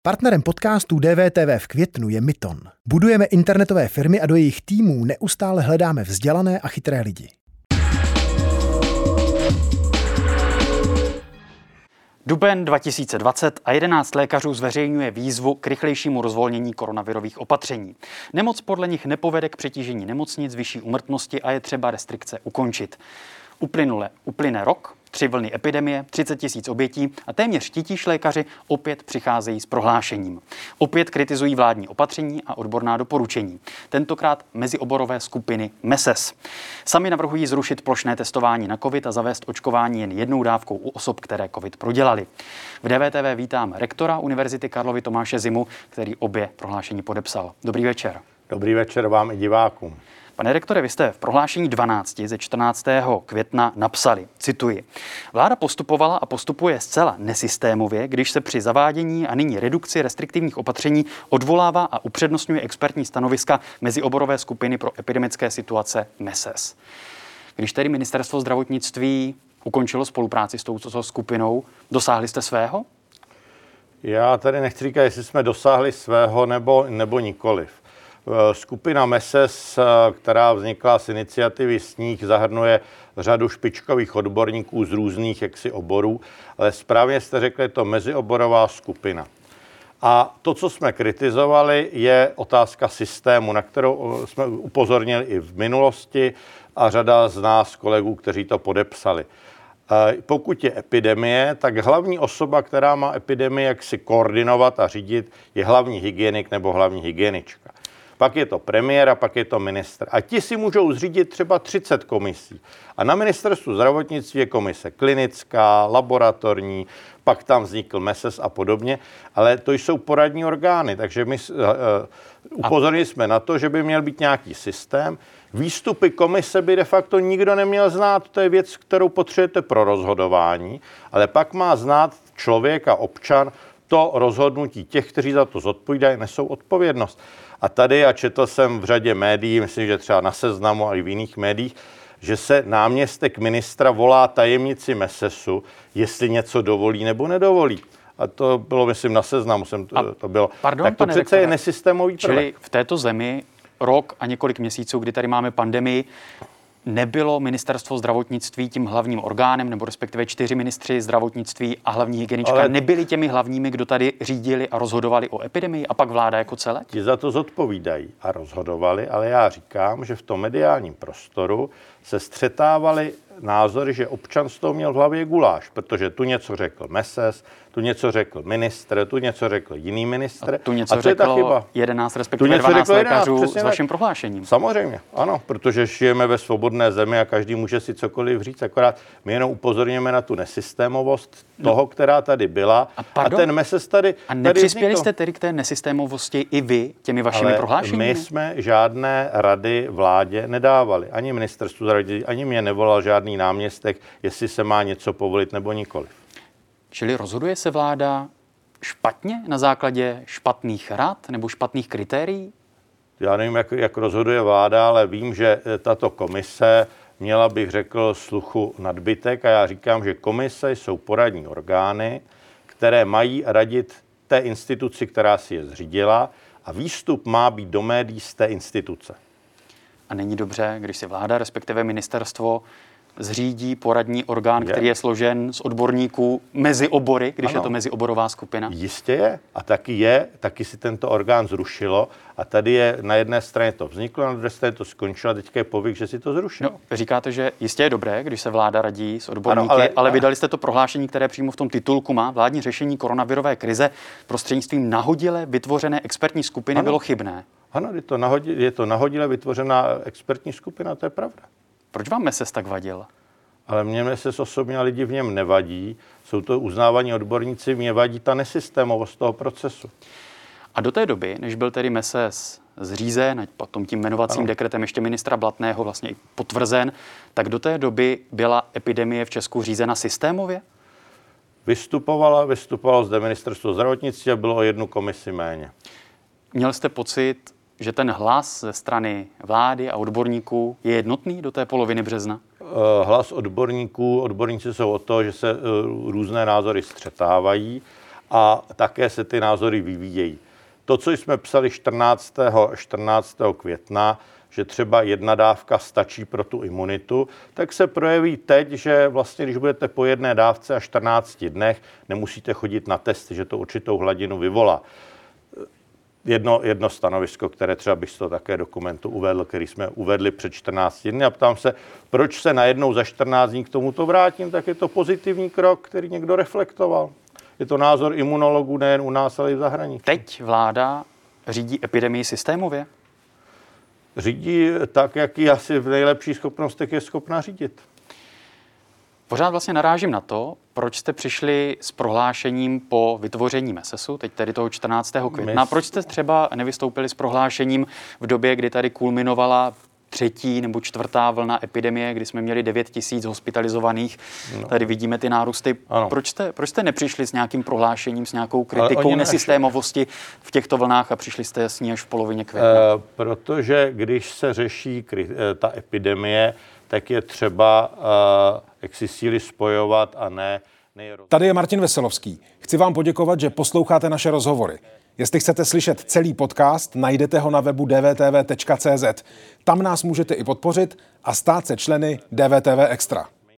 Partnerem podcastů DVTV v květnu je Myton. Budujeme internetové firmy a do jejich týmů neustále hledáme vzdělané a chytré lidi. Duben 2020 a 11 lékařů zveřejňuje výzvu k rychlejšímu rozvolnění koronavirových opatření. Nemoc podle nich nepovede k přetížení nemocnic, vyšší úmrtnosti a je třeba restrikce ukončit. Uplyne rok, 3 vlny epidemie, 30 000 obětí a téměř titíž lékaři opět přicházejí s prohlášením. Opět kritizují vládní opatření a odborná doporučení. Tentokrát mezioborové skupiny MESES. Sami navrhují zrušit plošné testování na covid a zavést očkování jen jednou dávkou u osob, které covid prodělali. V DVTV vítám rektora Univerzity Karlovy Tomáše Zimu, který obě prohlášení podepsal. Dobrý večer. Dobrý večer vám i divákům. Pane rektore, vy jste v prohlášení 12 ze 14. května napsali, cituji, vláda postupovala a postupuje zcela nesystémově, když se při zavádění a nyní redukci restriktivních opatření odvolává a upřednostňuje expertní stanoviska mezioborové skupiny pro epidemické situace MESES. Když tedy ministerstvo zdravotnictví ukončilo spolupráci s touto skupinou, dosáhli jste svého? Já tady nechci říkat, jestli jsme dosáhli svého nebo nikoliv. Skupina MESES, která vznikla z iniciativy Sníh, zahrnuje řadu špičkových odborníků z různých oborů, ale správně jste řekli, je to mezioborová skupina. A to, co jsme kritizovali, je otázka systému, na kterou jsme upozornili i v minulosti a řada z nás kolegů, kteří to podepsali. Pokud je epidemie, tak hlavní osoba, která má epidemii, jak si koordinovat a řídit, je hlavní hygienik nebo hlavní hygienička. Pak je to premiér a pak je to ministr. A ti si můžou zřídit třeba 30 komisí. A na ministerstvu zdravotnictví je komise klinická, laboratorní, pak tam vznikl MESES a podobně, ale to jsou poradní orgány, takže my upozornili jsme na to, že by měl být nějaký systém. Výstupy komise by de facto nikdo neměl znát, to je věc, kterou potřebujete pro rozhodování, ale pak má znát člověk a občan to rozhodnutí těch, kteří za to zodpovídají, nesou odpovědnost. A tady, a četl jsem v řadě médií, myslím, že třeba na Seznamu a i v jiných médiích, že se náměstek ministra volá tajemnici MESESu, jestli něco dovolí nebo nedovolí. A to bylo, myslím, na Seznamu to bylo. Pardon, tak to přece rektore, je nesystémový prvek. Čili v této zemi rok a několik měsíců, kdy tady máme pandemii, nebylo ministerstvo zdravotnictví tím hlavním orgánem, nebo respektive 4 ministři zdravotnictví a hlavní hygienička nebyli těmi hlavními, kdo tady řídili a rozhodovali o epidemii a pak vláda jako celek? Ti za to zodpovídají a rozhodovali, ale já říkám, že v tom mediálním prostoru se střetávaly názory, že občan z toho měl v hlavě guláš, protože tu něco řekl MESES, tu něco řekl ministr, tu něco řekl jiný ministr. A tu něco řeklo 11, respektive 12 lékařů s vaším prohlášením. Samozřejmě, ano, protože žijeme ve svobodné zemi a každý může si cokoliv říct, akorát my jenom upozorňujeme na tu nesystémovost toho, která tady byla. A ten MESES tady A nepřispěli jste tedy k té nesystémovosti i vy těmi vašimi prohlášeními? My jsme žádné rady vládě nedávali. Ani ministerstvu zdravotnictví, ani mě nevolal žádný náměstek, jestli se má něco povolit nebo nikoliv. Čili rozhoduje se vláda špatně na základě špatných rad nebo špatných kritérií? Já nevím, jak rozhoduje vláda, ale vím, že tato komise měla, bych řekl, sluchu nadbytek a já říkám, že komise jsou poradní orgány, které mají radit té instituci, která si je zřídila a výstup má být do médií z té instituce. A není dobře, když si vláda, respektive ministerstvo, zřídí poradní orgán, který je složen z odborníků mezi obory, když je to mezioborová skupina? Jistě je. A taky si tento orgán zrušilo. A tady je na jedné straně to vzniklo, na druhé straně to skončilo a teďka je povyk, že si to zrušilo. No, říkáte, že jistě je dobré, když se vláda radí s odborníky, ale vydali jste to prohlášení, které přímo v tom titulku má. Vládní řešení koronavirové krize prostřednictvím nahodile vytvořené expertní skupiny bylo chybné. Ano, je to nahodile vytvořená expertní skupina, to je pravda. Proč vám MESES tak vadil? Ale mě MESES osobně a lidi v něm nevadí. Jsou to uznávaní odborníci, mě vadí ta nesystémovost toho procesu. A do té doby, než byl tedy MESES zřízen, a potom tím jmenovacím dekretem ještě ministra Blatného vlastně i potvrzen, tak do té doby byla epidemie v Česku řízena systémově? Vystupovalo zde ministerstvo zdravotnictví a bylo o jednu komisi méně. Měl jste pocit, že ten hlas ze strany vlády a odborníků je jednotný do té poloviny března? Hlas odborníci jsou o to, že se různé názory střetávají a také se ty názory vyvíjejí. To, co jsme psali 14. května, že třeba jedna dávka stačí pro tu imunitu, tak se projeví teď, že vlastně, když budete po jedné dávce a 14 dnech, nemusíte chodit na testy, že to určitou hladinu vyvolá. Jedno stanovisko, které třeba bych z toho také dokumentu uvedl, který jsme uvedli před 14 dny a ptám se, proč se najednou za 14 dní k tomuto vrátím, tak je to pozitivní krok, který někdo reflektoval. Je to názor imunologů nejen u nás, ale i v zahraničí. Teď vláda řídí epidemii systémově? Řídí tak, jak ji asi v nejlepších schopnostech je schopná řídit. Pořád vlastně narážím na to, proč jste přišli s prohlášením po vytvoření MESESu, teď tedy toho 14. května. Proč jste třeba nevystoupili s prohlášením v době, kdy tady kulminovala 3. nebo 4. vlna epidemie, kdy jsme měli 9 000 hospitalizovaných. No. Tady vidíme ty nárůsty. Proč jste nepřišli s nějakým prohlášením, s nějakou kritikou nesystémovosti v těchto vlnách a přišli jste s ní až v polovině května? Protože když se řeší ta epidemie, tak je třeba jak si síly spojovat a ne... Tady je Martin Veselovský. Chci vám poděkovat, že posloucháte naše rozhovory. Jestli chcete slyšet celý podcast, najdete ho na webu dvtv.cz. Tam nás můžete i podpořit a stát se členy DVTV Extra.